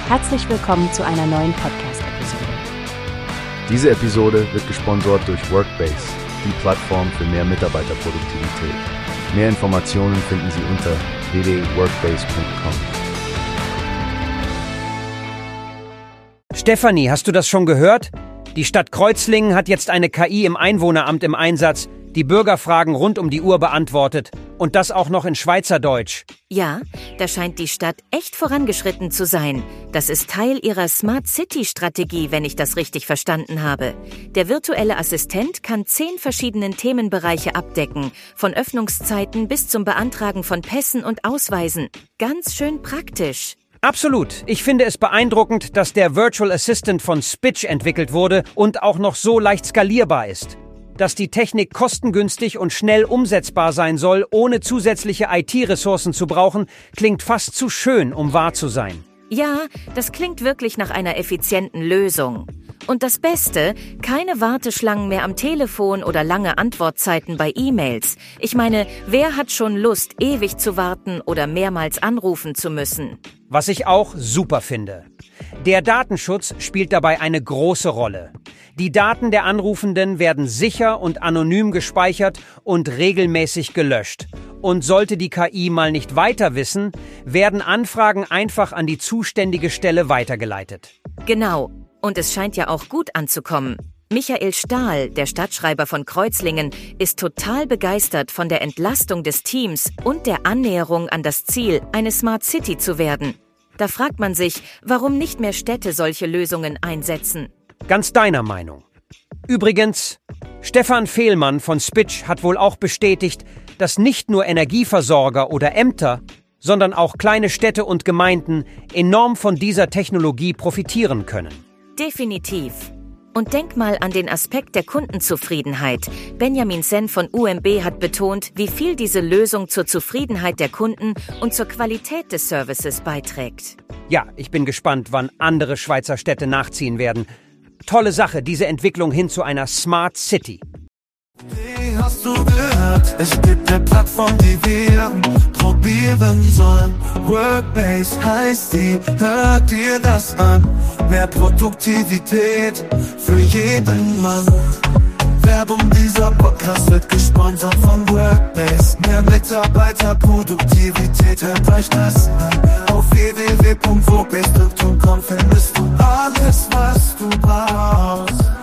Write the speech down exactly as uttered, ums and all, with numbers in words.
Herzlich willkommen zu einer neuen Podcast-Episode. Diese Episode wird gesponsert durch Workbase, die Plattform für mehr Mitarbeiterproduktivität. Mehr Informationen finden Sie unter w w w punkt workbase punkt com. Stefanie, hast du das schon gehört? Die Stadt Kreuzlingen hat jetzt eine K I im Einwohneramt im Einsatz, die Bürgerfragen rund um die Uhr beantwortet. Und das auch noch in Schweizerdeutsch. Ja, da scheint die Stadt echt vorangeschritten zu sein. Das ist Teil ihrer Smart City-Strategie, wenn ich das richtig verstanden habe. Der virtuelle Assistent kann zehn verschiedenen Themenbereiche abdecken, von Öffnungszeiten bis zum Beantragen von Pässen und Ausweisen. Ganz schön praktisch. Absolut. Ich finde es beeindruckend, dass der Virtual Assistant von Spitch entwickelt wurde und auch noch so leicht skalierbar ist. Dass die Technik kostengünstig und schnell umsetzbar sein soll, ohne zusätzliche I T-Ressourcen zu brauchen, klingt fast zu schön, um wahr zu sein. Ja, das klingt wirklich nach einer effizienten Lösung. Und das Beste, keine Warteschlangen mehr am Telefon oder lange Antwortzeiten bei E-Mails. Ich meine, wer hat schon Lust, ewig zu warten oder mehrmals anrufen zu müssen? Was ich auch super finde. Der Datenschutz spielt dabei eine große Rolle. Die Daten der Anrufenden werden sicher und anonym gespeichert und regelmäßig gelöscht. Und sollte die K I mal nicht weiter wissen, werden Anfragen einfach an die zuständige Stelle weitergeleitet. Genau. Und es scheint ja auch gut anzukommen. Michael Stahl, der Stadtschreiber von Kreuzlingen, ist total begeistert von der Entlastung des Teams und der Annäherung an das Ziel, eine Smart City zu werden. Da fragt man sich, warum nicht mehr Städte solche Lösungen einsetzen. Ganz deiner Meinung. Übrigens, Stefan Fehlmann von Spitch hat wohl auch bestätigt, dass nicht nur Energieversorger oder Ämter, sondern auch kleine Städte und Gemeinden enorm von dieser Technologie profitieren können. Definitiv. Und denk mal an den Aspekt der Kundenzufriedenheit. Benjamin Senn von U M B hat betont, wie viel diese Lösung zur Zufriedenheit der Kunden und zur Qualität des Services beiträgt. Ja, ich bin gespannt, wann andere Schweizer Städte nachziehen werden. Tolle Sache, diese Entwicklung hin zu einer Smart City. Wie hast du gehört? Es gibt eine Plattform, die wir probieren sollen. Workbase heißt die, hört dir das an. Mehr Produktivität für jeden Mann. Werbung, dieser Podcast wird gesponsert von Workbase. Mehr Mitarbeiterproduktivität, hört euch das an. Auf w w w punkt workbase punkt com findest du alles, was du brauchst.